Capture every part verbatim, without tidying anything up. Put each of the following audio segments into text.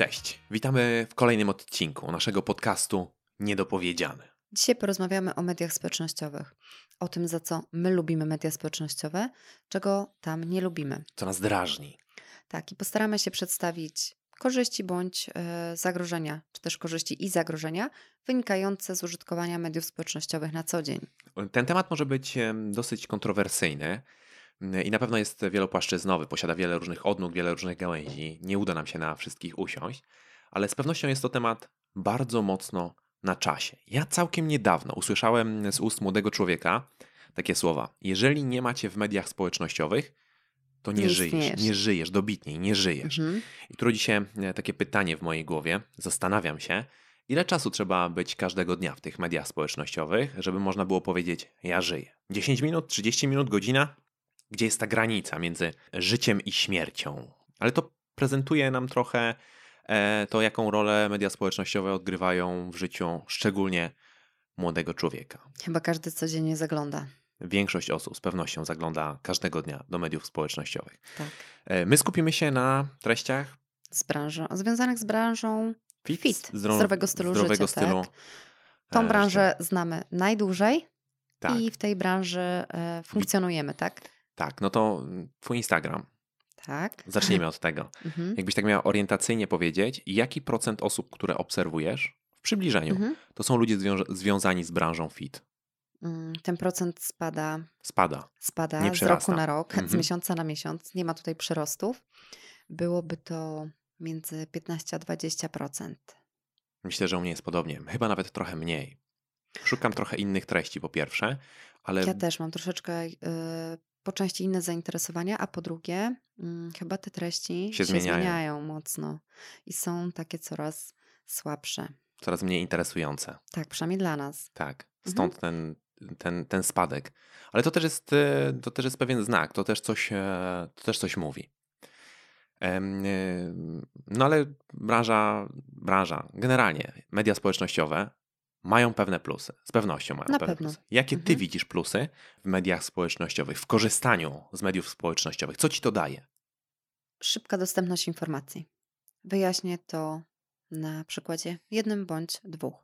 Cześć, witamy w kolejnym odcinku naszego podcastu Niedopowiedziane. Dzisiaj porozmawiamy o mediach społecznościowych, o tym, za co my lubimy media społecznościowe, czego tam nie lubimy. Co nas drażni. Tak, i postaramy się przedstawić korzyści bądź e, zagrożenia, czy też korzyści i zagrożenia wynikające z użytkowania mediów społecznościowych na co dzień. Ten temat może być em, dosyć kontrowersyjny mm, i na pewno jest wielopłaszczyznowy, posiada wiele różnych odnóg, wiele różnych gałęzi. Nie uda nam się na wszystkich usiąść, ale z pewnością jest to temat bardzo mocno na czasie. Ja całkiem niedawno usłyszałem z ust młodego człowieka takie słowa: jeżeli nie macie w mediach społecznościowych, to nie, Nie żyjesz, istniejesz. nie żyjesz, dobitniej, nie żyjesz. Mhm. I tu rodzi się e, takie pytanie w mojej głowie, zastanawiam się, ile czasu trzeba być każdego dnia w tych mediach społecznościowych, żeby można było powiedzieć: ja żyję. dziesięć minut, trzydzieści minut, godzina? Gdzie jest ta granica między życiem i śmiercią? Ale to prezentuje nam trochę e, to, jaką rolę media społecznościowe odgrywają w życiu szczególnie młodego człowieka. Chyba każdy codziennie zagląda. Większość osób z pewnością zagląda każdego dnia do mediów społecznościowych. Tak. E, My skupimy się na treściach Z branżą, związanych z branżą fit, fit, zdro- zdrowego stylu zdrowego życia. stylu. Tak. Tą e, branżę znamy najdłużej Tak, i w tej branży e, funkcjonujemy, tak? tak. No to mm, twój Instagram. Tak. Zacznijmy od tego. Mhm. Jakbyś tak miała orientacyjnie powiedzieć, jaki procent osób, które obserwujesz w przybliżeniu, Mhm. to są ludzie zwią- związani z branżą fit? Mm, Ten procent spada, Spada. spada Nie z przyrasta. roku na rok, z Mhm. miesiąca na miesiąc. Nie ma tutaj przyrostów. Byłoby to między piętnaście a dwadzieścia procent. Myślę, że u mnie jest podobnie. Chyba nawet trochę mniej. Szukam trochę innych treści po pierwsze, ale Ja też mam troszeczkę y, po części inne zainteresowania, a po drugie mm, chyba te treści Się się zmieniają. zmieniają mocno i są takie coraz słabsze. coraz mniej interesujące. Tak, przynajmniej dla nas. Tak, Mhm. stąd ten, ten, ten spadek. Ale to też jest, e, to też jest pewien znak, to też coś, e, to też coś mówi. Em, e, No ale branża, branża, generalnie media społecznościowe mają pewne plusy. Z pewnością mają Na pewne pewno. plusy. Jakie ty Mhm. widzisz plusy w mediach społecznościowych, w korzystaniu z mediów społecznościowych? Co ci to daje? Szybka dostępność informacji. Wyjaśnię to na przykładzie jednym bądź dwóch.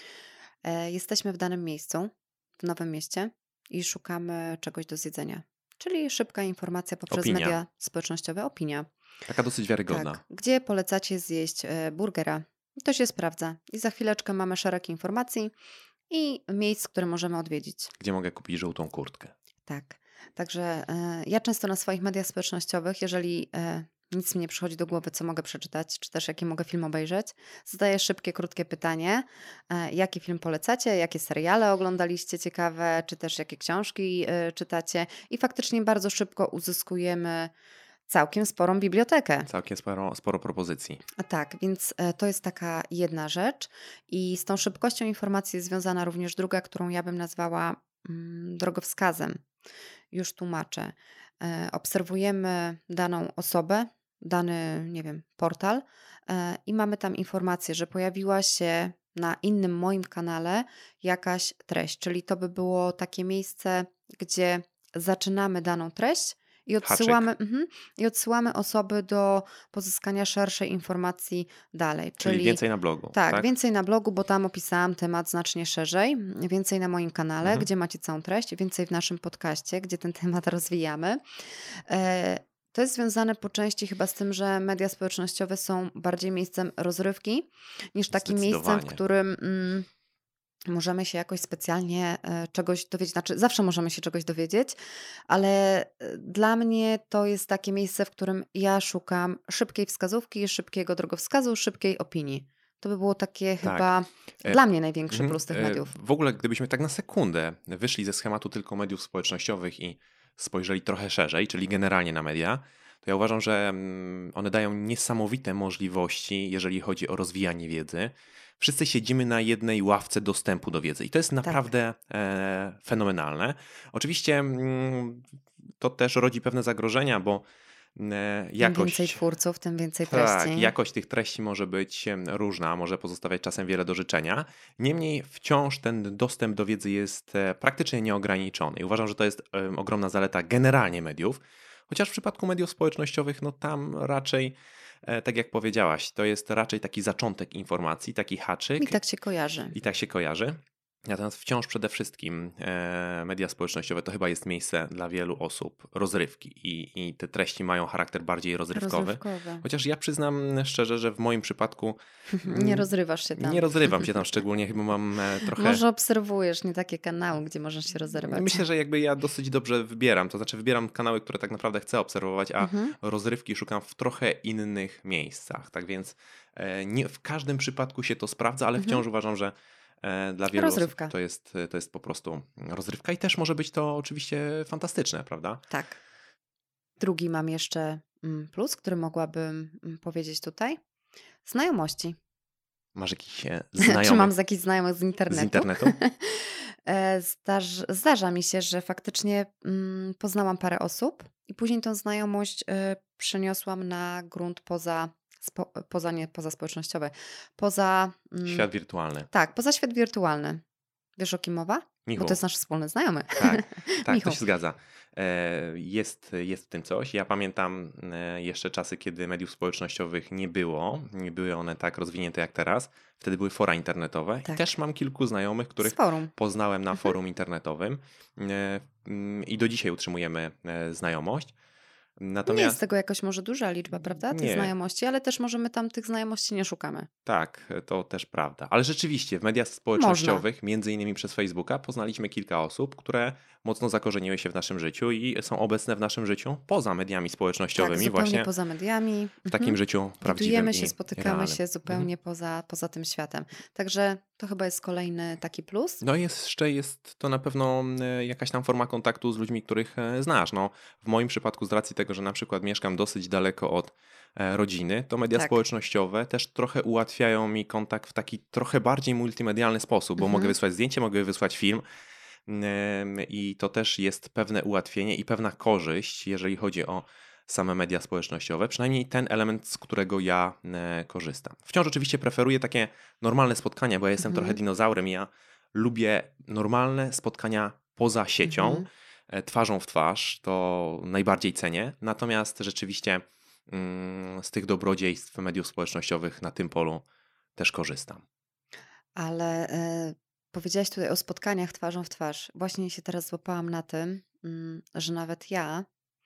E, Jesteśmy w danym miejscu, w nowym mieście i szukamy czegoś do zjedzenia. Czyli szybka informacja poprzez Opinia. media społecznościowe, opinia. Taka dosyć wiarygodna. Tak, gdzie polecacie zjeść e, burgera? I to się sprawdza. I za chwileczkę mamy szereg informacji i miejsc, które możemy odwiedzić. Gdzie mogę kupić żółtą kurtkę? Tak, także e, ja często na swoich mediach społecznościowych, jeżeli e, nic mi nie przychodzi do głowy, co mogę przeczytać, czy też jaki mogę film obejrzeć, zadaję szybkie, krótkie pytanie, e, jaki film polecacie, jakie seriale oglądaliście ciekawe, czy też jakie książki e, czytacie i faktycznie bardzo szybko uzyskujemy całkiem sporą bibliotekę. Całkiem sporo, sporo propozycji. A tak, więc e, to jest taka jedna rzecz i z tą szybkością informacji jest związana również druga, którą ja bym nazwała mm, drogowskazem. Już tłumaczę. E, obserwujemy daną osobę, dany, nie wiem, portal e, i mamy tam informację, że pojawiła się na innym moim kanale jakaś treść, czyli to by było takie miejsce, gdzie zaczynamy daną treść i odsyłamy, mhm, i odsyłamy osoby do pozyskania szerszej informacji dalej. Czyli więcej na blogu. Tak, Tak, więcej na blogu, bo tam opisałam temat znacznie szerzej, więcej na moim kanale, Mhm. gdzie macie całą treść, więcej w naszym podcaście, gdzie ten temat rozwijamy. E, To jest związane po części chyba z tym, że media społecznościowe są bardziej miejscem rozrywki niż takim miejscem, w Zdecydowanie. którym mm, możemy się jakoś specjalnie e, czegoś dowiedzieć. Znaczy, zawsze możemy się czegoś dowiedzieć, ale e, dla mnie to jest takie miejsce, w którym ja szukam szybkiej wskazówki, szybkiego drogowskazu, szybkiej opinii. To by było takie Tak. chyba E, dla mnie największy Mhm. plus tych E, mediów. W ogóle, gdybyśmy tak na sekundę wyszli ze schematu tylko mediów społecznościowych i spojrzeli trochę szerzej, czyli generalnie na media, to ja uważam, że mm, one dają niesamowite możliwości, jeżeli chodzi o rozwijanie wiedzy. Wszyscy siedzimy na jednej ławce dostępu do wiedzy i to jest naprawdę e, fenomenalne. Oczywiście mm, to też rodzi pewne zagrożenia, bo e, Im jakość... więcej twórców, tym więcej Tak, treści. jakość tych treści może być em, różna, może pozostawiać czasem wiele do życzenia. Niemniej wciąż ten dostęp do wiedzy jest e, praktycznie nieograniczony. I uważam, że to jest em, ogromna zaleta generalnie mediów. Chociaż w przypadku mediów społecznościowych, no tam raczej e, tak jak powiedziałaś, to jest raczej taki zaczątek informacji, taki haczyk Mi tak się kojarzy. i tak się kojarzy. Natomiast wciąż przede wszystkim e, media społecznościowe to chyba jest miejsce dla wielu osób rozrywki i, i te treści mają charakter bardziej rozrywkowy. Rozrywkowe. Chociaż ja przyznam szczerze, że w moim przypadku Nie mm, rozrywasz się nie tam. rozrywam się tam szczególnie, chyba mam e, trochę... Może obserwujesz nie takie kanały, gdzie możesz się rozrywać. Myślę, że jakby ja dosyć dobrze wybieram, to znaczy wybieram kanały, które tak naprawdę chcę obserwować, a Mhm. rozrywki szukam w trochę innych miejscach. Tak więc e, nie w każdym przypadku się to sprawdza, ale Mhm. wciąż uważam, że e, dla wielu Rozrywka. osób to jest, to jest po prostu rozrywka i też może być to oczywiście fantastyczne, prawda? Tak. Drugi mam jeszcze mm, plus, który mogłabym mm, powiedzieć tutaj. Znajomości. Masz jakiś e, Czy mam znajomych z jakichś znajomych z internetu? z internetu? E, Zdarz, zdarza mi się, że faktycznie mm, poznałam parę osób i później tą znajomość e, przeniosłam na grunt poza, spo, poza nie poza społecznościowe, poza mm, Świat wirtualny. tak, poza świat wirtualny. Wiesz o kim mowa? Bo Michał. to jest nasz wspólny znajomy. Tak, tak, to Michał. się zgadza. E, Jest, jest w tym coś. Ja pamiętam e, jeszcze czasy, kiedy mediów społecznościowych nie było. Nie były one tak rozwinięte jak teraz. Wtedy były fora internetowe. I Tak. też mam kilku znajomych, Z których forum. poznałem na Mhm. forum internetowym. E, mm, I do dzisiaj utrzymujemy e, znajomość. Nie jest Natomiast tego jakoś może duża liczba, prawda? Tych nie, znajomości, ale też możemy tam tych znajomości nie szukamy. tak, to też prawda. Ale rzeczywiście w mediach Można. społecznościowych, między innymi przez Facebooka, poznaliśmy kilka osób, które mocno zakorzeniły się w naszym życiu i są obecne w naszym życiu poza mediami Tak, społecznościowymi, zupełnie właśnie poza mediami. w takim Mhm. życiu prawdziwym Widujemy się, i spotykamy realnym. się Mhm. zupełnie poza, poza tym światem. Także to chyba jest kolejny taki plus. No i jeszcze jest to na pewno e, jakaś tam forma kontaktu z ludźmi, których e, znasz. No, w moim przypadku z racji tego, że na przykład mieszkam dosyć daleko od e, rodziny, to media Tak. społecznościowe też trochę ułatwiają mi kontakt w taki trochę bardziej multimedialny sposób, bo mogę Mhm. wysłać zdjęcie, mogę wysłać film em, i to też jest pewne ułatwienie i pewna korzyść, jeżeli chodzi o same media społecznościowe, przynajmniej ten element, z którego ja e, korzystam. Wciąż oczywiście preferuję takie normalne spotkania, bo ja jestem trochę Mhm. dinozaurem i ja lubię normalne spotkania poza siecią, Mhm. e, twarzą w twarz, to najbardziej cenię. Natomiast rzeczywiście mm, z tych dobrodziejstw mediów społecznościowych na tym polu też korzystam. Ale e, powiedziałaś tutaj o spotkaniach twarzą w twarz. Właśnie się teraz złapałam na tym, mm, że nawet ja,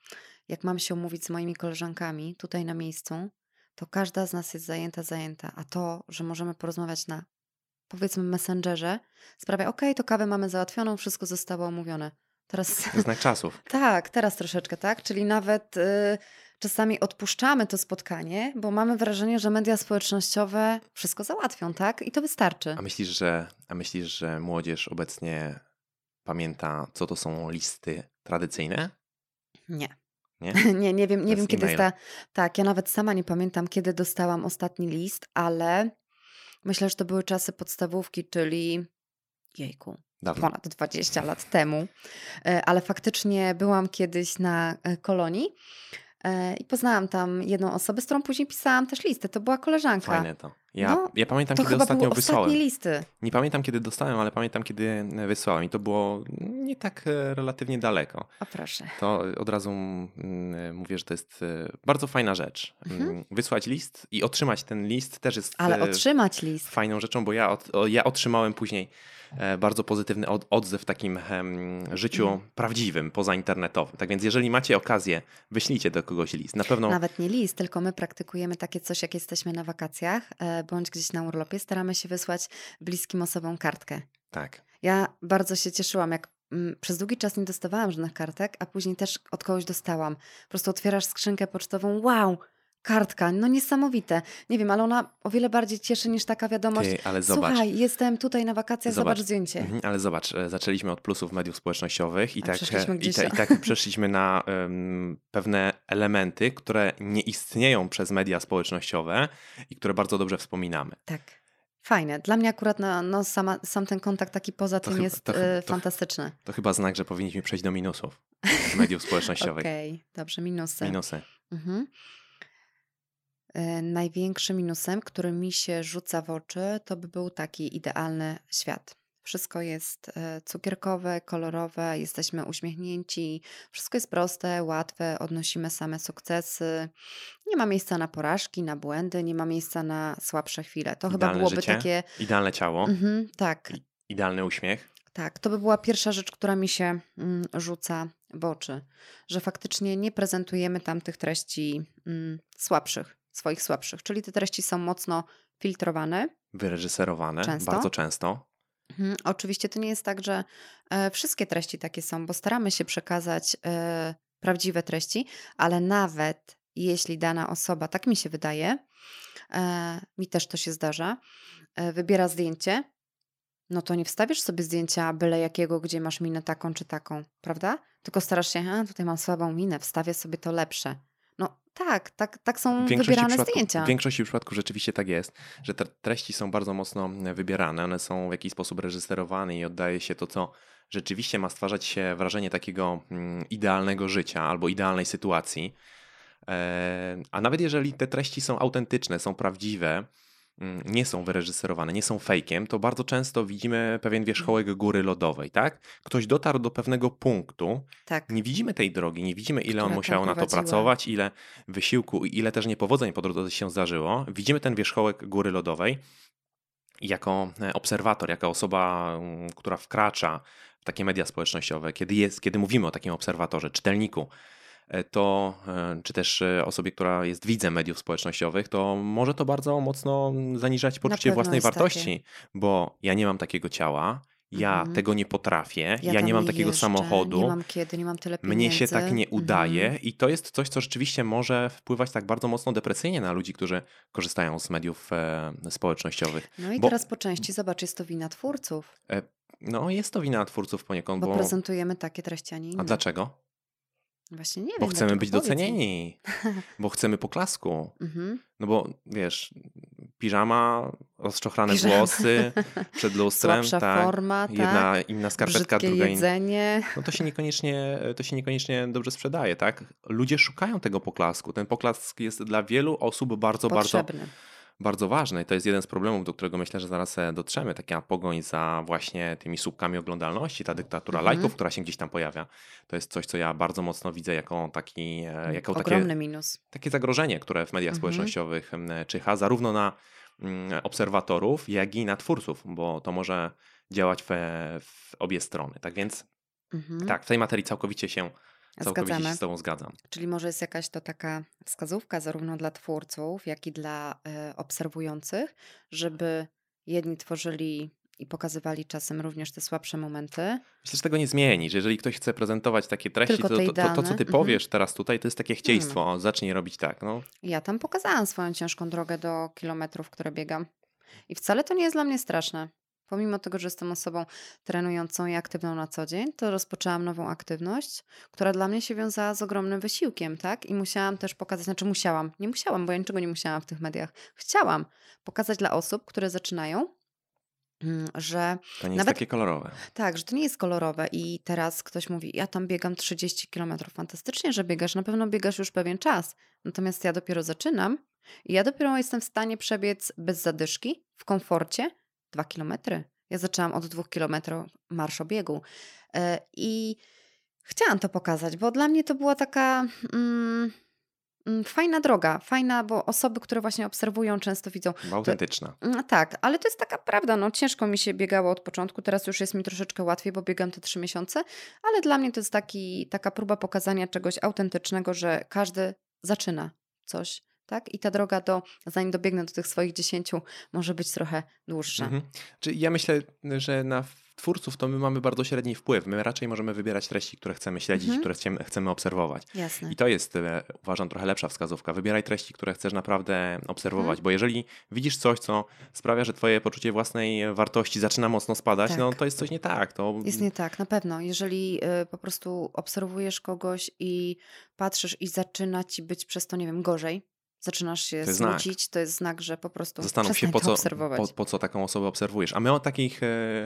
jak mam się umówić z moimi koleżankami tutaj na miejscu, to każda z nas jest zajęta, zajęta. A to, że możemy porozmawiać na powiedzmy Messengerze, sprawia, okej, to kawę mamy załatwioną, wszystko zostało omówione. Teraz Znak czasów. tak, teraz troszeczkę, tak? Czyli nawet y, czasami odpuszczamy to spotkanie, bo mamy wrażenie, że media społecznościowe wszystko załatwią, tak? I to wystarczy. A myślisz, że, a myślisz, że młodzież obecnie pamięta, co to są listy tradycyjne? Nie. Nie? Nie, nie wiem, nie To wiem, jest kiedy jest e-mail. ta. Tak, ja nawet sama nie pamiętam, kiedy dostałam ostatni list, ale myślę, że to były czasy podstawówki, czyli jejku, Dawno. ponad dwadzieścia lat temu. E, Ale faktycznie byłam kiedyś na e, kolonii e, i poznałam tam jedną osobę, z którą później pisałam też listy. To była koleżanka. Fajne to. Ja, No, ja pamiętam, to kiedy chyba ostatnio były ostatnie wysłałem. listy. Nie pamiętam, kiedy dostałem, ale pamiętam, kiedy wysłałem. I to było nie tak e, relatywnie daleko. O proszę. To od razu mm, mówię, że to jest e, bardzo fajna rzecz. Mhm. Mm, Wysłać list i otrzymać ten list też jest Ale e, otrzymać list. fajną rzeczą, bo ja, od, o, ja otrzymałem później e, bardzo pozytywny od, odzew w takim em, życiu Mm. prawdziwym, pozainternetowym. Tak więc jeżeli macie okazję, wyślijcie do kogoś list. Na pewno Nawet nie list, tylko my praktykujemy takie coś, jak jesteśmy na wakacjach e, bądź gdzieś na urlopie. Staramy się wysłać bliskim osobom kartkę. tak. Ja bardzo się cieszyłam, jak mm, przez długi czas nie dostawałam żadnych kartek, a później też od kogoś dostałam. Po prostu otwierasz skrzynkę pocztową, wow, kartka, no niesamowite. Nie wiem, ale ona o wiele bardziej cieszy niż taka wiadomość. Ty, ale zobacz. Słuchaj, jestem tutaj na wakacjach, zobacz, Zobacz. zdjęcie. Mhm, ale zobacz, e, zaczęliśmy od plusów mediów społecznościowych i A tak, przeszliśmy e, i, gdzieś te, o- i tak przeszliśmy na em, pewne elementy, które nie istnieją przez media społecznościowe i które bardzo dobrze wspominamy. Tak. Fajne. Dla mnie akurat no, no sama, sam ten kontakt taki poza To tym chyba- jest to chy- e, to chy- fantastyczny. To chyba znak, że powinniśmy przejść do minusów mediów społecznościowych. Okej, dobrze, minusy. Minusy. Mhm. E, Największym minusem, który mi się rzuca w oczy, to by był taki idealny świat. Wszystko jest e, cukierkowe, kolorowe, jesteśmy uśmiechnięci, wszystko jest proste, łatwe, odnosimy same sukcesy. Nie ma miejsca na porażki, na błędy, nie ma miejsca na słabsze chwile. To chyba Idealne byłoby życie, takie. idealne ciało, Mhm, tak, i idealny uśmiech. tak, to by była pierwsza rzecz, która mi się mm, rzuca w oczy, że faktycznie nie prezentujemy tam tych treści mm, słabszych, swoich słabszych, czyli te treści są mocno filtrowane Wyreżyserowane często. bardzo często. Mhm. Oczywiście to nie jest tak, że e, wszystkie treści takie są, bo staramy się przekazać e, prawdziwe treści, ale nawet jeśli dana osoba, tak mi się wydaje, e, mi też to się zdarza, e, wybiera zdjęcie, no to nie wstawisz sobie zdjęcia byle jakiego, gdzie masz minę taką czy taką, prawda? Tylko starasz się, a tutaj mam słabą minę, wstawię sobie to lepsze. No tak, tak, tak W są większości wybierane przypadków, w zdjęcia. większości przypadków rzeczywiście tak jest, że te treści są bardzo mocno wybierane, one są w jakiś sposób reżyserowane i oddaje się to, co rzeczywiście ma stwarzać się wrażenie takiego mm, idealnego życia albo idealnej sytuacji. E, A nawet jeżeli te treści są autentyczne, są prawdziwe, mm, nie są wyreżyserowane, nie są fejkiem, to bardzo często widzimy pewien wierzchołek góry lodowej, tak? Ktoś dotarł do pewnego punktu, Tak, nie widzimy tej drogi, nie widzimy ile on która tam musiał na to prowadziła. pracować, ile wysiłku i ile też niepowodzeń po drodze się zdarzyło. Widzimy ten wierzchołek góry lodowej i jako e, obserwator, jako osoba, mm, która wkracza w takie media społecznościowe, kiedy jest, kiedy mówimy o takim obserwatorze, czytelniku, e, to, e, czy też e, osobie, która jest widzem mediów społecznościowych, to może to bardzo mocno mm, zaniżać Na poczucie pewno własnej jest takie. wartości, bo ja nie mam takiego ciała, ja Mhm. tego nie potrafię, Ja ja nie tam mam nie takiego jeżdżę, nie samochodu, mam kiedy, nie mam tyle mnie się tak pieniędzy. nie Mhm. udaje i to jest coś, co rzeczywiście może wpływać tak bardzo mocno depresyjnie na ludzi, którzy korzystają z mediów e, społecznościowych. No i Bo teraz po części, zobacz, jest to wina twórców, e, no, jest to wina twórców poniekąd, bo bo prezentujemy takie treści, a nie a inne. dlaczego? Właśnie nie Bo wiem, chcemy dlaczego, być powiedz mi. docenieni, bo chcemy poklasku. Mhm. No bo wiesz, piżama, rozczochrane Piżama, włosy przed lustrem, słabsza tak, forma, jedna tak, inna skarpetka, brzydkie druga inna. jedzenie. No to się niekoniecznie, to się niekoniecznie dobrze sprzedaje, tak? Ludzie szukają tego poklasku. Ten poklask jest dla wielu osób bardzo, bardzo, Potrzebny. bardzo ważny. To jest jeden z problemów, do którego myślę, że zaraz e, dotrzemy. Taka pogoń za właśnie tymi słupkami oglądalności, ta dyktatura Mhm. lajków, która się gdzieś tam pojawia. To jest coś, co ja bardzo mocno widzę jako, taki, e, jako takie, Ogromny minus. takie zagrożenie, które w mediach Mhm. społecznościowych em, czyha, zarówno na mm, obserwatorów, jak i na twórców, bo to może działać w, w obie strony. Tak więc Mhm. tak, w tej materii całkowicie się, całkowicie się Zgadzamy. z Tobą zgadzam. Czyli może jest jakaś to taka wskazówka zarówno dla twórców, jak i dla e, obserwujących, żeby jedni tworzyli i pokazywali czasem również te słabsze momenty, Myślę, że tego nie zmieni, że jeżeli ktoś chce prezentować takie treści, tylko to te to, to, to co idealne. Ty Mhm. powiesz teraz tutaj, to jest takie Nie ma. chcieństwo. O, zacznij robić tak. No, Ja tam pokazałam swoją ciężką drogę do kilometrów, które biegam. I wcale to nie jest dla mnie straszne. Pomimo tego, że jestem osobą trenującą i aktywną na co dzień, to rozpoczęłam nową aktywność, która dla mnie się wiązała z ogromnym wysiłkiem, tak? I musiałam też pokazać, znaczy musiałam, nie musiałam, bo ja niczego nie musiałam w tych mediach. Chciałam pokazać dla osób, które zaczynają, mm, że to nie jest nawet takie kolorowe. tak, że to nie jest kolorowe i teraz ktoś mówi, ja tam biegam trzydzieści kilometrów. Fantastycznie, że biegasz, na pewno biegasz już pewien czas. Natomiast ja dopiero zaczynam i ja dopiero jestem w stanie przebiec bez zadyszki, w komforcie, dwa kilometry. Ja zaczęłam od dwóch kilometrów marszobiegu E, i chciałam to pokazać, bo dla mnie to była taka mm, mm, fajna droga, fajna, bo osoby, które właśnie obserwują, często widzą, Bo to autentyczna. no tak, ale to jest taka prawda, no ciężko mi się biegało od początku, teraz już jest mi troszeczkę łatwiej, bo biegam te trzy miesiące, ale dla mnie to jest taki, taka próba pokazania czegoś autentycznego, że każdy zaczyna coś, tak? I ta droga do, zanim dobiegnę do tych swoich dziesięciu, może być trochę dłuższa. Mhm. Czy ja myślę, że na twórców to my mamy bardzo średni wpływ. My raczej możemy wybierać treści, które chcemy śledzić, Mhm. które chcemy, chcemy obserwować. Jasne. I to jest, e, uważam, trochę lepsza wskazówka. Wybieraj treści, które chcesz naprawdę obserwować, Mhm. bo jeżeli widzisz coś, co sprawia, że twoje poczucie własnej wartości zaczyna mocno spadać, no Tak. to jest coś nie tak. To Jest nie tak, na pewno. Jeżeli y, po prostu obserwujesz kogoś i patrzysz i zaczyna ci być przez to, nie wiem, gorzej, zaczynasz się To jest znak. smucić, to jest znak, że po prostu Zastanów się, przestań po to co, obserwować. po, po co taką osobę obserwujesz. A my o takich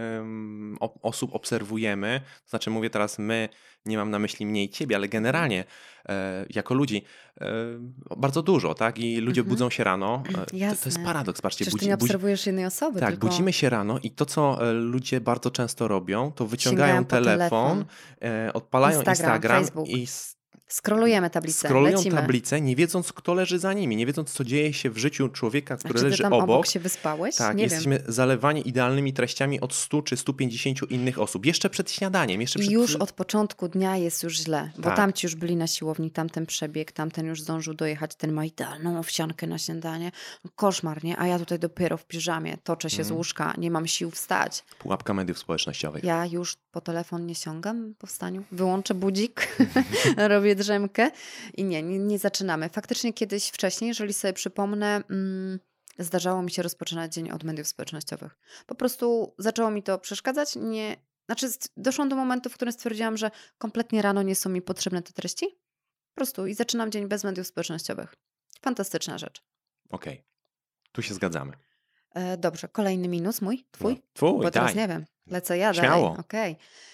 em, o, osób obserwujemy, to znaczy mówię teraz my, nie mam na myśli mnie i ciebie, ale Mhm. generalnie e, jako ludzi e, bardzo dużo, tak? I ludzie Mhm. budzą się rano. E, to, to jest Jasne. paradoks, patrzcie. Przecież ty Budzi, nie budzi, obserwujesz jednej osoby, tak, tylko budzimy się rano i to, co e, ludzie bardzo często robią, to wyciągają sięgają po telefon, telefon, e, odpalają Instagram, Instagram Facebook. i s- Scrollujemy tablicę, scrollują lecimy. tablicę, nie wiedząc, kto leży za nimi, nie wiedząc, co dzieje się w życiu człowieka, A który czy ty leży tam obok obok. się wyspałeś? Tak, Nie wiem. jesteśmy zalewani idealnymi treściami od stu czy stu pięćdziesięciu innych osób. Jeszcze przed śniadaniem, jeszcze I przed... już od początku dnia jest już źle, bo Tak. tamci już byli na siłowni, tamten przebieg, tamten już zdążył dojechać, ten ma idealną owsiankę na śniadanie. Koszmar, nie? A ja tutaj dopiero w piżamie toczę się z Mhm. łóżka, nie mam sił wstać. Pułapka mediów społecznościowych. Ja już po telefon nie sięgam po wstaniu, wyłączę budzik, robię drzemkę i nie, nie, nie zaczynamy. Faktycznie kiedyś wcześniej, jeżeli sobie przypomnę, mm, zdarzało mi się rozpoczynać dzień od mediów społecznościowych. Po prostu zaczęło mi to przeszkadzać. Nie, znaczy st- doszłam do momentu, w którym stwierdziłam, że kompletnie rano nie są mi potrzebne te treści. Po prostu i zaczynam dzień bez mediów społecznościowych. Fantastyczna rzecz. Okej, tu się zgadzamy. E, dobrze, kolejny minus mój, twój? No, twój, Bo teraz daj. nie wiem, lecę ja Śmiało. dalej. Okej.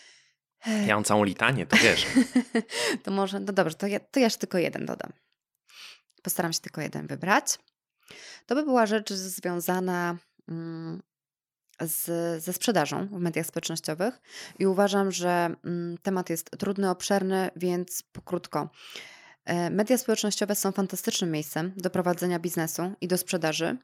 Ja mam całą litanię, to wiesz. To może, no dobrze, to ja, to ja już tylko jeden dodam. Postaram się tylko jeden wybrać. To by była rzecz związana mm, z, ze sprzedażą w mediach społecznościowych i uważam, że mm, temat jest trudny, obszerny, więc pokrótko. E, Media społecznościowe są fantastycznym miejscem do prowadzenia biznesu i do sprzedaży,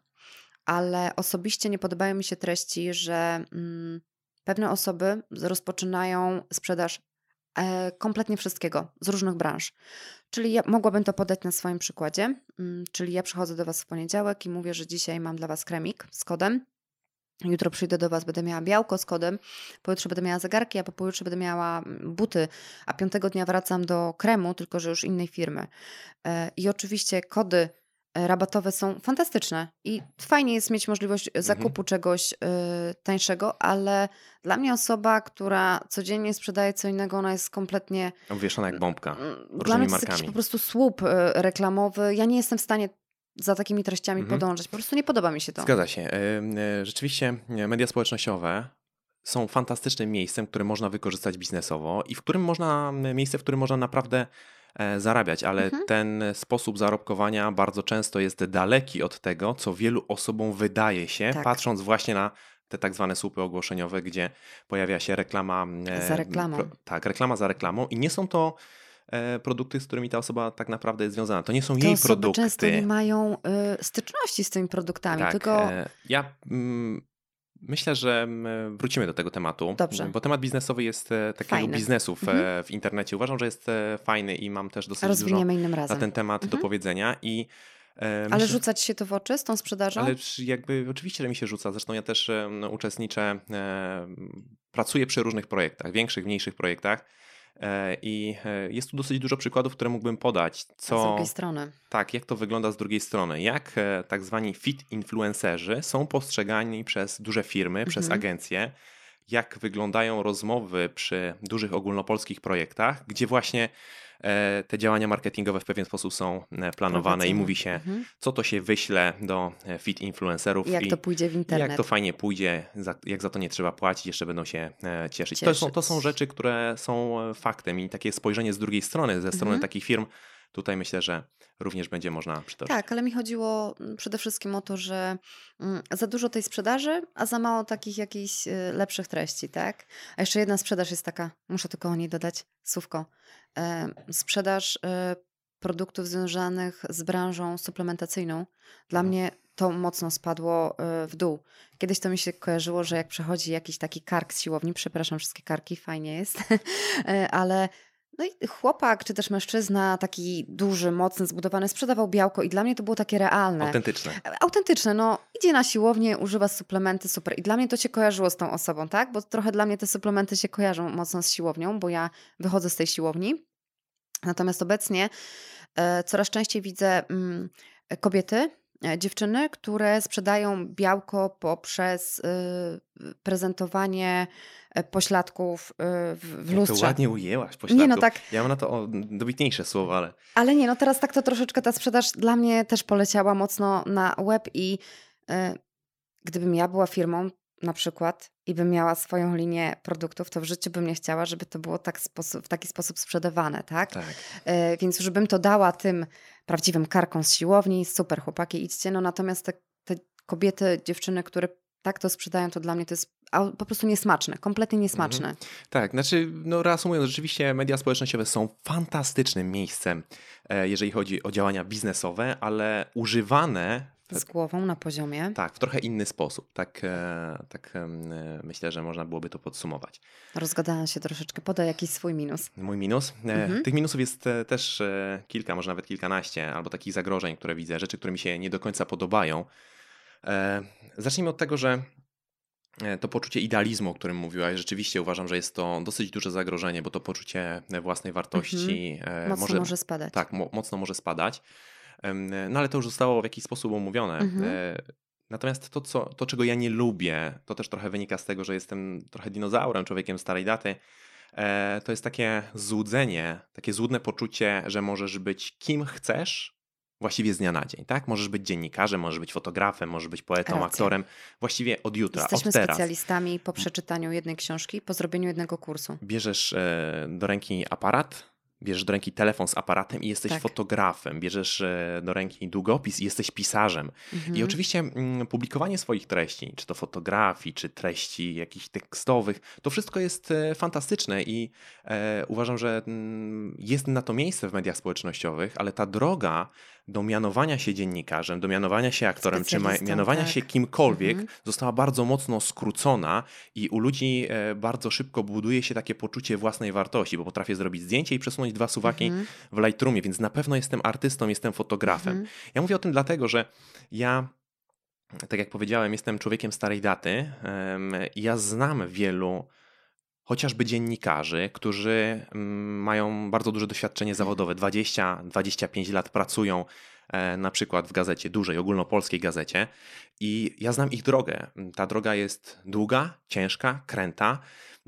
ale osobiście nie podobają mi się treści, że mm, pewne osoby rozpoczynają sprzedaż e, kompletnie wszystkiego z różnych branż. Czyli ja mogłabym to podać na swoim przykładzie. Mm, Czyli ja przychodzę do Was w poniedziałek i mówię, że dzisiaj mam dla Was kremik z kodem. Jutro przyjdę do Was, będę miała białko z kodem, pojutrze będę miała zegarki, a po pojutrze będę miała mm, buty, a piątego dnia wracam do kremu, tylko że już innej firmy. E, I oczywiście kody e, rabatowe są fantastyczne i fajnie jest mieć możliwość Mhm. zakupu czegoś e, tańszego, ale dla mnie osoba, która codziennie sprzedaje co innego, ona jest kompletnie Obwieszona jak bombka. Mm, Dla Różnymi mnie to jest jakiś po markami. prostu słup e, reklamowy. Ja nie jestem w stanie za takimi treściami Mhm. podążać. Po prostu nie podoba mi się to. Zgadza się. Ym, y, Rzeczywiście y, media społecznościowe są fantastycznym miejscem, które można wykorzystać biznesowo i w którym można, y, miejsce, w którym można naprawdę e, zarabiać, ale Mhm. ten sposób zarobkowania bardzo często jest daleki od tego, co wielu osobom wydaje się, Tak. patrząc właśnie na te tak zwane słupy ogłoszeniowe, gdzie pojawia się reklama. e, Za reklamą. pro- tak, reklama za reklamą i nie są to e, produkty, z którymi ta osoba tak naprawdę jest związana. To nie są Te jej osoby produkty. często nie mają y, styczności z tymi produktami, Tak, tylko e, ja mm, myślę, że mm, wrócimy do tego tematu, Dobrze. bo temat biznesowy jest e, takiego Fajny. biznesu w, Mhm. e, w internecie. Uważam, że jest e, fajny i mam też dosyć dużo rozwiniemy innym na razem. ten temat do Mhm. powiedzenia i e, Ale myślę, rzucać się to w oczy z tą sprzedażą? ale przy- jakby oczywiście, że mi się rzuca. Zresztą ja też e, no, uczestniczę, e, pracuję przy różnych projektach, większych, mniejszych projektach e, i e, jest tu dosyć dużo przykładów, które mógłbym podać, A z co... drugiej strony. Tak, jak to wygląda z drugiej strony? Jak e, tak zwani fit influencerzy są postrzegani przez duże firmy, przez Mhm. agencje? Jak wyglądają rozmowy przy dużych ogólnopolskich projektach, gdzie właśnie e, te działania marketingowe w pewien sposób są e, planowane i Prowadzone. mówi się, Mhm. co to się wyśle do e, fit influencerów I jak i to pójdzie w i internet. jak to fajnie pójdzie, za, jak za to nie trzeba płacić, jeszcze będą się e, cieszyć. To są, to są Cieszyć. rzeczy, które są e, faktem i takie spojrzenie z drugiej strony, ze strony Mhm. takich firm, tutaj myślę, że również będzie można przytoczyć. Tak, ale mi chodziło mm, przede wszystkim o to, że mm, za dużo tej sprzedaży, a za mało takich jakichś y, lepszych treści, tak? A jeszcze jedna sprzedaż jest taka, muszę tylko o niej dodać słówko. E, sprzedaż e, produktów związanych z branżą suplementacyjną. Dla Mhm. mnie to mocno spadło e, w dół. Kiedyś to mi się kojarzyło, że jak przechodzi jakiś taki kark z siłowni, przepraszam wszystkie karki, fajnie jest, e, ale no i chłopak, czy też mężczyzna, taki duży, mocny, zbudowany, sprzedawał białko i dla mnie to było takie realne. Autentyczne. Autentyczne, no idzie na siłownię, używa suplementy, super. I dla mnie to się kojarzyło z tą osobą, tak? Bo trochę dla mnie te suplementy się kojarzą mocno z siłownią, bo ja wychodzę z tej siłowni. Natomiast obecnie e, coraz częściej widzę mm, kobiety, e, dziewczyny, które sprzedają białko poprzez y, prezentowanie e, pośladków y, w, w Jak to lustrze. ładnie ujęłaś, Nie, no pośladku. tak, Ja mam na to o, dobitniejsze słowo, ale ale nie, no teraz tak to troszeczkę ta sprzedaż dla mnie też poleciała mocno na łeb i y, gdybym ja była firmą na przykład i bym miała swoją linię produktów, to w życiu bym nie chciała, żeby to było tak sposób, w taki sposób sprzedawane, tak? tak. E, Więc już bym to dała tym prawdziwym karkom z siłowni, super chłopaki, idźcie, no natomiast te, te kobiety, dziewczyny, które tak to sprzedają, to dla mnie to jest au- po prostu niesmaczne, kompletnie Mhm. niesmaczne. Tak, znaczy, no reasumując, rzeczywiście media społecznościowe są fantastycznym miejscem, e, jeżeli chodzi o działania biznesowe, ale używane w, Z głową na poziomie. tak, w trochę inny sposób. Tak, e, tak em, e, myślę, że można byłoby to podsumować. Rozgadałam się troszeczkę, podaj jakiś swój minus. Mój minus? E, Mhm. Tych minusów jest e, też e, kilka, może nawet kilkanaście, albo takich zagrożeń, które widzę, rzeczy, które mi się nie do końca podobają. E, Zacznijmy od tego, że e, to poczucie idealizmu, o którym mówiłaś, rzeczywiście uważam, że jest to dosyć duże zagrożenie, bo to poczucie własnej wartości e, Mocno może, może spadać. tak, mo- mocno może spadać. Em, No ale to już zostało w jakiś sposób omówione. Mhm. E, Natomiast to, co, to, czego ja nie lubię, to też trochę wynika z tego, że jestem trochę dinozaurem, człowiekiem starej daty. E, To jest takie złudzenie, takie złudne poczucie, że możesz być kim chcesz, właściwie z dnia na dzień, tak? Możesz być dziennikarzem, możesz być fotografem, możesz być poetą, Racja. aktorem, właściwie od jutra, Jesteśmy od teraz. specjalistami po przeczytaniu jednej książki, po zrobieniu jednego kursu. Bierzesz e, do ręki aparat, bierzesz do ręki telefon z aparatem i jesteś Tak. fotografem, bierzesz e, do ręki długopis i jesteś pisarzem. Mhm. I oczywiście mm, publikowanie swoich treści, czy to fotografii, czy treści jakichś tekstowych, to wszystko jest e, fantastyczne i e, uważam, że mm, jest na to miejsce w mediach społecznościowych, ale ta droga do mianowania się dziennikarzem, do mianowania się aktorem, czy ma, Specjalistą, mianowania tak. się kimkolwiek Mhm. została bardzo mocno skrócona i u ludzi e, bardzo szybko buduje się takie poczucie własnej wartości, bo potrafię zrobić zdjęcie i przesunąć dwa suwaki Mhm. w Lightroomie, więc na pewno jestem artystą, jestem fotografem. Mhm. Ja mówię o tym dlatego, że ja, tak jak powiedziałem, jestem człowiekiem starej daty em, i ja znam wielu chociażby dziennikarzy, którzy mm, mają bardzo duże doświadczenie zawodowe, dwadzieścia dwadzieścia pięć lat pracują e, na przykład w gazecie, dużej, ogólnopolskiej gazecie i ja znam ich drogę. Ta droga jest długa, ciężka, kręta.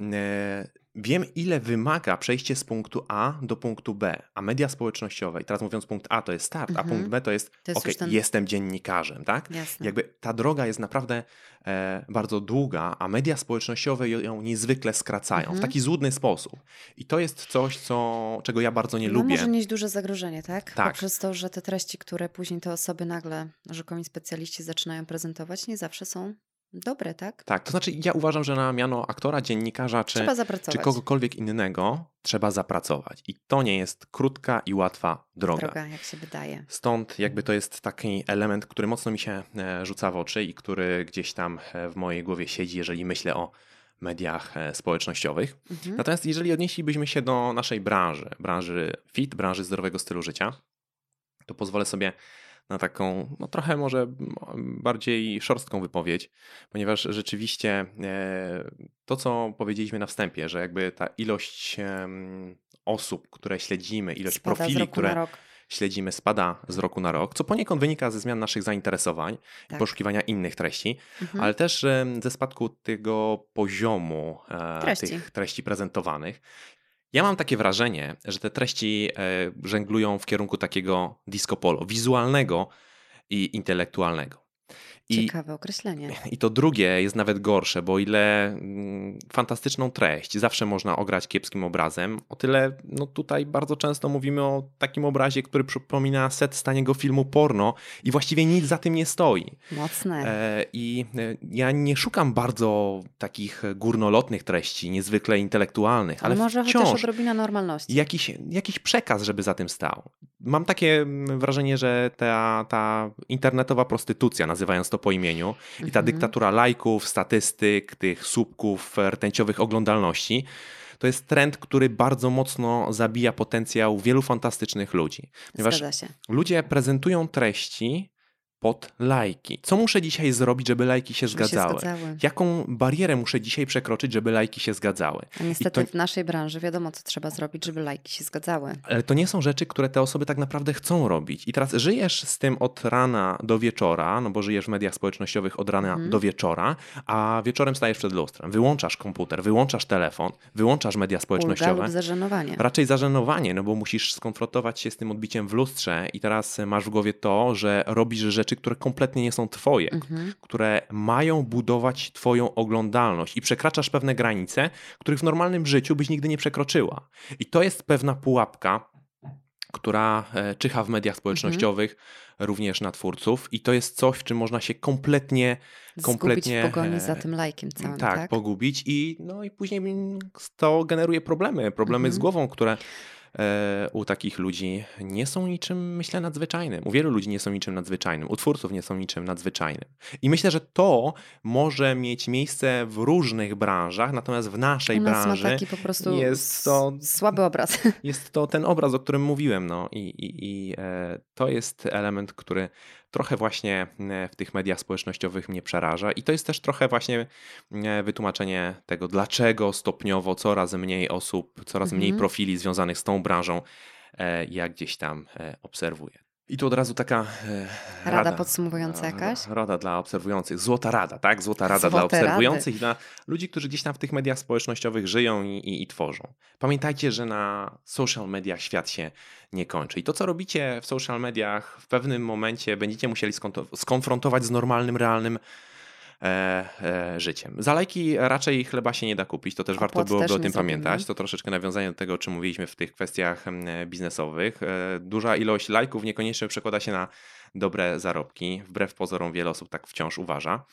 E, Wiem, ile wymaga przejście z punktu A do punktu B, a media społecznościowe, i teraz mówiąc punkt A to jest start, a Mhm. punkt B to jest, To jest okej, już ten- jestem dziennikarzem, tak? Jasne. Jakby ta droga jest naprawdę e, bardzo długa, a media społecznościowe ją- ją niezwykle skracają Mhm. w taki złudny sposób. I to jest coś, co, czego ja bardzo nie No lubię. może nieść duże zagrożenie, tak? Tak. Poprzez to, że te treści, które później te osoby nagle, rzekomi specjaliści zaczynają prezentować, nie zawsze są dobre, tak? Tak, to znaczy ja uważam, że na miano aktora, dziennikarza czy, Trzeba czy zapracować. kogokolwiek innego trzeba zapracować. I to nie jest krótka i łatwa droga. Droga, jak się wydaje. Stąd jakby to jest taki element, który mocno mi się e, rzuca w oczy i który gdzieś tam e, w mojej głowie siedzi, jeżeli myślę o mediach e, społecznościowych. Mhm. Natomiast jeżeli odnieślibyśmy się do naszej branży, branży fit, branży zdrowego stylu życia, to pozwolę sobie na taką, no trochę może bardziej szorstką wypowiedź, ponieważ rzeczywiście e, to, co powiedzieliśmy na wstępie, że jakby ta ilość em, osób, które śledzimy, ilość Spada z profili, roku które na rok. śledzimy, spada z roku na rok, co poniekąd wynika ze zmian naszych zainteresowań i Tak. poszukiwania innych treści, Mhm. ale też em, ze spadku tego poziomu e, Treści. tych treści prezentowanych. Ja mam takie wrażenie, że te treści e, żenglują w kierunku takiego disco polo, wizualnego i intelektualnego. I, Ciekawe określenie. I to drugie jest nawet gorsze, bo o ile mm, fantastyczną treść zawsze można ograć kiepskim obrazem, o tyle no tutaj bardzo często mówimy o takim obrazie, który przypomina set z taniego filmu porno i właściwie nic za tym nie stoi. Mocne. E, I e, ja nie szukam bardzo takich górnolotnych treści, niezwykle intelektualnych, ale Ale może wciąż chociaż odrobina normalności. jakiś, jakiś przekaz, żeby za tym stał. Mam takie mm, wrażenie, że ta, ta internetowa prostytucja, nazywając to po imieniu, i ta Mhm. dyktatura lajków, statystyk, tych słupków rtęciowych oglądalności, to jest trend, który bardzo mocno zabija potencjał wielu fantastycznych ludzi. Ponieważ Zgadza się. ludzie prezentują treści pod lajki. Co muszę dzisiaj zrobić, żeby lajki się Żeby się zgadzały? zgadzały. Jaką barierę muszę dzisiaj przekroczyć, żeby lajki się zgadzały? A I niestety to, w naszej branży wiadomo, co trzeba zrobić, żeby lajki się zgadzały. ale to nie są rzeczy, które te osoby tak naprawdę chcą robić. I teraz żyjesz z tym od rana do wieczora, no bo żyjesz w mediach społecznościowych od rana Mhm. do wieczora, a wieczorem stajesz przed lustrem. Wyłączasz komputer, wyłączasz telefon, wyłączasz media Ulga społecznościowe. lub zażenowanie. Raczej zażenowanie, no bo musisz skonfrontować się z tym odbiciem w lustrze i teraz masz w głowie to, że robisz rzeczy, które kompletnie nie są twoje, Mhm. które mają budować twoją oglądalność i przekraczasz pewne granice, których w normalnym życiu byś nigdy nie przekroczyła. I to jest pewna pułapka, która e, czyha w mediach społecznościowych, również na twórców i to jest coś, w czym można się kompletnie, Zgubić kompletnie w pogoni za e, tym lajkiem całym, tak, tak? pogubić i, no, i później mm, to generuje problemy, problemy z Mhm. głową, które e, u takich ludzi nie są niczym, myślę, nadzwyczajnym. U wielu ludzi nie są niczym nadzwyczajnym, u twórców nie są niczym nadzwyczajnym. I myślę, że to może mieć miejsce w różnych branżach, natomiast w naszej U nas ma branży taki po prostu jest s- to słaby obraz. jest to ten obraz, o którym mówiłem, no i, i, i e, to jest element, który trochę właśnie e, w tych mediach społecznościowych mnie przeraża i to jest też trochę właśnie e, wytłumaczenie tego, dlaczego stopniowo coraz mniej osób, coraz mniej Mhm. profili związanych z tą branżą e, ja gdzieś tam e, obserwuję. I tu od razu taka e, Rada rada, podsumowująca jakaś? rada dla obserwujących, złota rada, tak? Złota rada dla Złote rady. obserwujących i dla ludzi, którzy gdzieś tam w tych mediach społecznościowych żyją i, i, i tworzą. Pamiętajcie, że na social mediach świat się nie kończy. I to, co robicie w social mediach, w pewnym momencie będziecie musieli skonto- skonfrontować z normalnym, realnym e, e, życiem. Za lajki raczej chleba się nie da kupić, to też warto Opłat byłoby też o nie tym zrobimy. pamiętać. To troszeczkę nawiązanie do tego, o czym mówiliśmy w tych kwestiach em, biznesowych. E, Duża ilość lajków niekoniecznie przekłada się na dobre zarobki. Wbrew pozorom wiele osób tak wciąż uważa.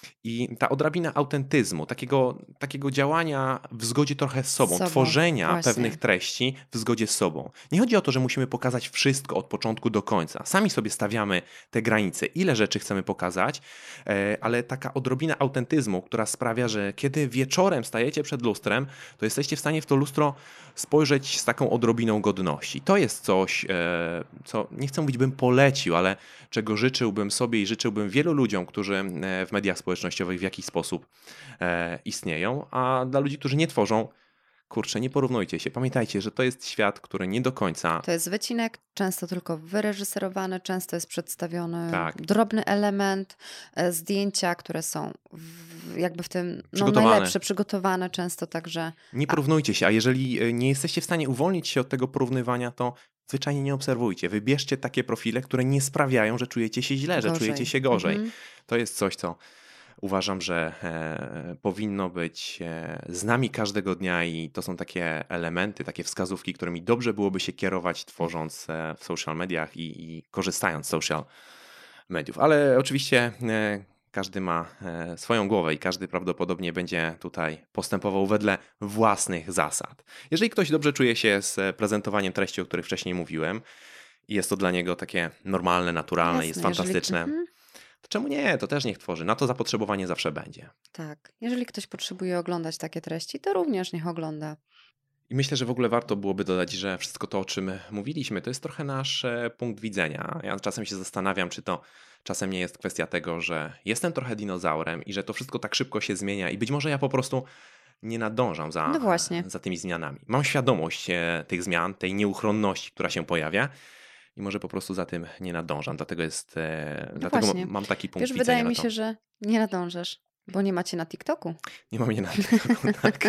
I ta odrobina autentyzmu, takiego, takiego działania w zgodzie trochę z sobą, sobą, tworzenia właśnie. pewnych treści w zgodzie z sobą. Nie chodzi o to, że musimy pokazać wszystko od początku do końca. Sami sobie stawiamy te granice, ile rzeczy chcemy pokazać, e, ale taka odrobina autentyzmu, która sprawia, że kiedy wieczorem stajecie przed lustrem, to jesteście w stanie w to lustro spojrzeć z taką odrobiną godności. To jest coś, e, co nie chcę mówić, bym polecił, ale czego życzyłbym sobie i życzyłbym wielu ludziom, którzy e, w mediach społecznościowych w jakiś sposób e, istnieją, a dla ludzi, którzy nie tworzą, kurczę, nie porównujcie się. Pamiętajcie, że to jest świat, który nie do końca, To jest wycinek, często tylko wyreżyserowany, często jest przedstawiony tak, drobny element, e, zdjęcia, które są w, jakby w tym no, Przygotowane. najlepsze, przygotowane często, także nie porównujcie się, a jeżeli e, nie jesteście w stanie uwolnić się od tego porównywania, to zwyczajnie nie obserwujcie. Wybierzcie takie profile, które nie sprawiają, że czujecie się źle, że gorzej. czujecie się gorzej. Mhm. To jest coś, co uważam, że e, powinno być e, z nami każdego dnia i to są takie elementy, takie wskazówki, którymi dobrze byłoby się kierować, tworząc e, w social mediach i, i korzystając z social mediów. Ale oczywiście e, każdy ma e, swoją głowę i każdy prawdopodobnie będzie tutaj postępował wedle własnych zasad. Jeżeli ktoś dobrze czuje się z prezentowaniem treści, o których wcześniej mówiłem, i jest to dla niego takie normalne, naturalne, jest Jasne, jeżeli- fantastyczne, Mhm. to czemu nie? To też niech tworzy. Na to zapotrzebowanie zawsze będzie. Tak. Jeżeli ktoś potrzebuje oglądać takie treści, to również niech ogląda. I myślę, że w ogóle warto byłoby dodać, że wszystko to, o czym mówiliśmy, to jest trochę nasz e, punkt widzenia. Ja czasem się zastanawiam, czy to czasem nie jest kwestia tego, że jestem trochę dinozaurem i że to wszystko tak szybko się zmienia i być może ja po prostu nie nadążam za, No właśnie. za tymi zmianami. Mam świadomość e, tych zmian, tej nieuchronności, która się pojawia i może po prostu za tym nie nadążam. Dlatego jest, e, No dlatego właśnie. mam taki punkt Wiesz, widzenia wydaje na mi to. się, że nie nadążasz, bo nie macie na TikToku. Nie mam mnie na tak.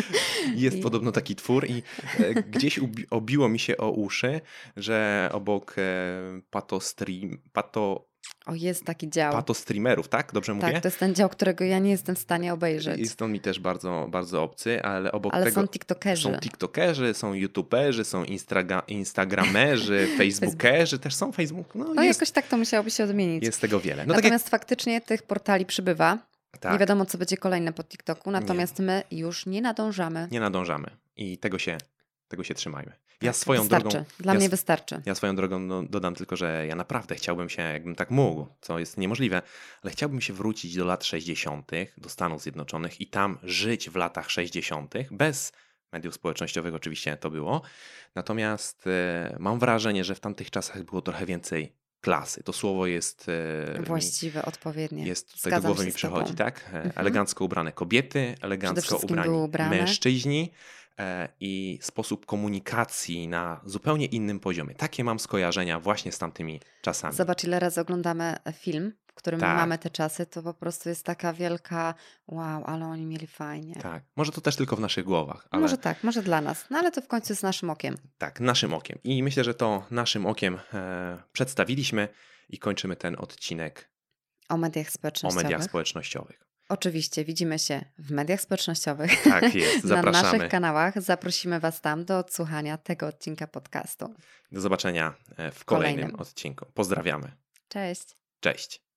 Jest I- podobno taki twór i e, gdzieś ubi- obiło mi się o uszy, że obok e, patostream, pato, O, jest taki dział. patostreamerów, tak? Dobrze mówię? Tak, to jest ten dział, którego ja nie jestem w stanie obejrzeć. Jest on mi też bardzo, bardzo obcy, ale obok Ale tego są TikTokerzy. są TikTokerzy, są YouTuberzy, są Instagra- Instagramerzy, Facebookerzy, też są Facebook. No, No jest, jakoś tak to musiałoby się odmienić. jest tego wiele. No tak jak, Natomiast faktycznie tych portali przybywa. tak, Nie wiadomo, co będzie kolejne po TikToku, natomiast my już nie nadążamy. nie nadążamy i tego się, tego się trzymajmy. Ja Tak, swoją wystarczy. drogą... Dla ja mnie sw- wystarczy. Ja swoją drogą no, dodam tylko, że ja naprawdę chciałbym się, jakbym tak mógł, co jest niemożliwe, ale chciałbym się wrócić do lat sześćdziesiątych, do Stanów Zjednoczonych i tam żyć w latach sześćdziesiątych, bez mediów społecznościowych oczywiście to było. Natomiast e, mam wrażenie, że w tamtych czasach było trochę więcej klasy. To słowo jest, e, mi, Właściwe, odpowiednie. jest tutaj do Zgadzam głowy się mi z przechodzi, Tobą. tak? E, Mhm. Elegancko ubrane kobiety, Przede elegancko wszystkim były ubrani ubrane. mężczyźni e, i sposób komunikacji na zupełnie innym poziomie. Takie mam skojarzenia właśnie z tamtymi czasami. Zobacz, ile razy oglądamy e, film, w którym mamy Tak, te czasy, to po prostu jest taka wielka wow, ale oni mieli fajnie. tak. Może to też tylko w naszych głowach, ale Może tak, może dla nas, no ale to w końcu jest naszym okiem. tak, naszym okiem. I myślę, że to naszym okiem e, przedstawiliśmy i kończymy ten odcinek O mediach o mediach społecznościowych. społecznościowych. Oczywiście widzimy się w mediach społecznościowych, Tak jest, na naszych zapraszamy. kanałach. Zaprosimy Was tam do odsłuchania tego odcinka podcastu. Do zobaczenia e, w kolejnym Kolejnym. odcinku. Pozdrawiamy. Cześć. Cześć.